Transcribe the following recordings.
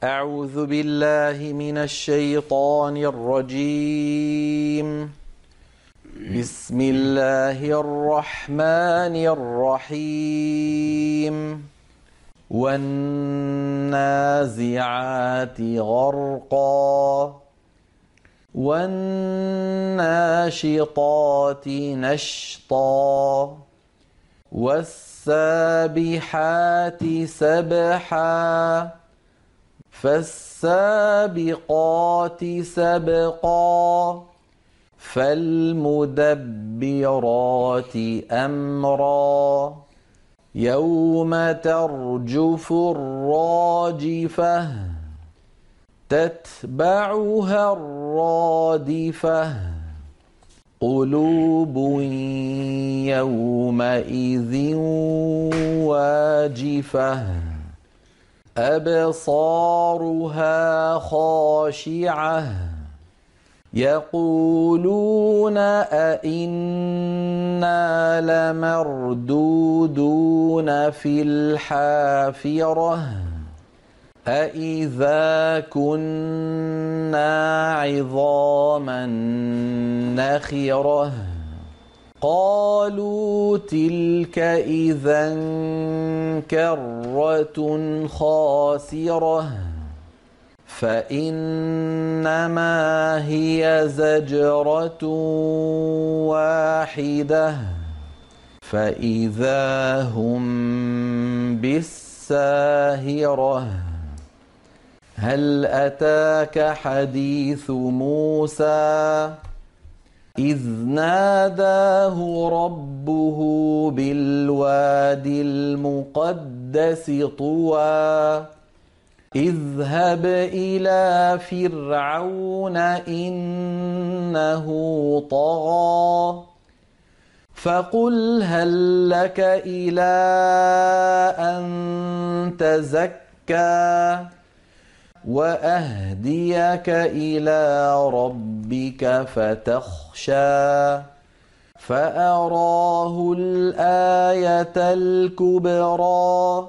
أعوذ بالله من الشيطان الرجيم. بسم الله الرحمن الرحيم. والنازعات غرقا والناشطات نشطا والسابحات سبحا فالسابقات سبقا فالمدبرات أمرا يوم ترجف الراجفة تتبعها الرادفة قلوب يومئذ واجفة أبصارها خاشعة يقولون أئنا لمردودون في الحافرة أئذا كنا عظاما نخرة قالوا تلك إذا كرة خاسرة فإنما هي زجرة واحدة فإذا هم بالساهرة هل أتاك حديث موسى إذ ناداه ربه بالواد المقدس طوى اذهب إلى فرعون إنه طغى فقل هل لك إلى أن تزكى وأهديك إلى ربك فتخشى فأراه الآية الكبرى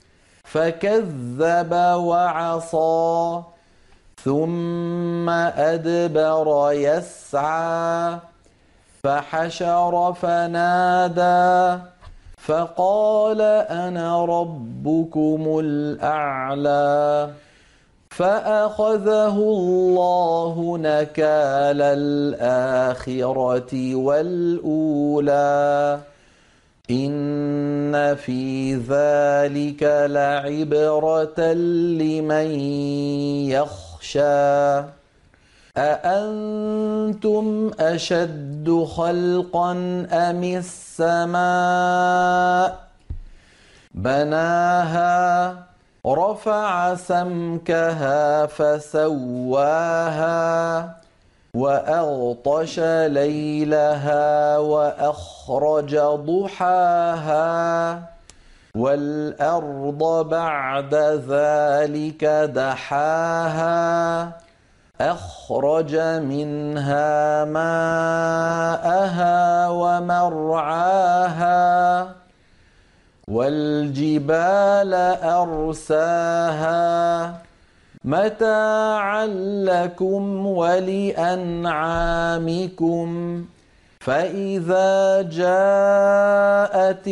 فكذب وعصى ثم أدبر يسعى فحشر فنادى فقال أنا ربكم الأعلى فأخذه الله نكال الآخرة والأولى إن في ذلك لعبرة لمن يخشى أأنتم أشد خلقا أم السماء بناها رفع سمكها فسواها وأغطش ليلها وأخرج ضحاها والأرض بعد ذلك دحاها أخرج منها ماءها ومرعاها والجبال أرساها متاعا لكم ولأنعامكم فإذا جاءت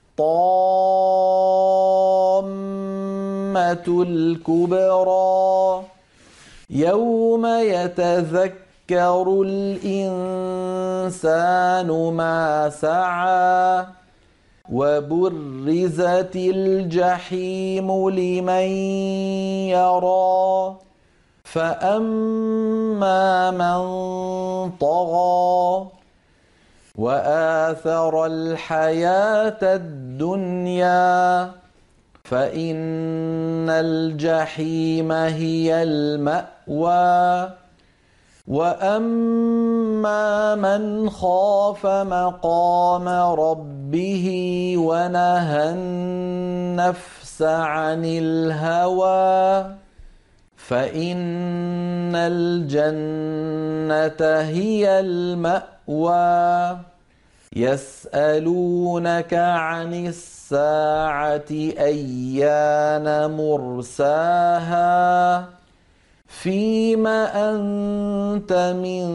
الطامة الكبرى يوم يتذكر الإنسان ما سعى وبرزت الجحيم لمن يرى فأما من طغى وآثر الحياة الدنيا فإن الجحيم هي المأوى وأما من خاف مقام ربه ونهى النفس عن الهوى فإن الجنة هي المأوى يسألونك عن الساعة أيان مرساها فيم أنت من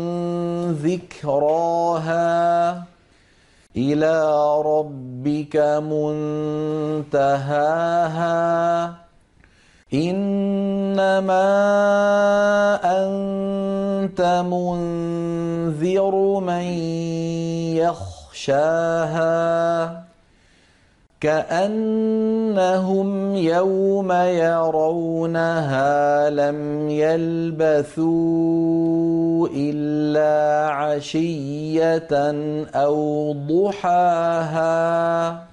ذكراها إلى ربك منتهاها إنما أنت منذر من يخشاها كأنهم يوم يرونها لم يلبثوا إلا عشية أو ضحاها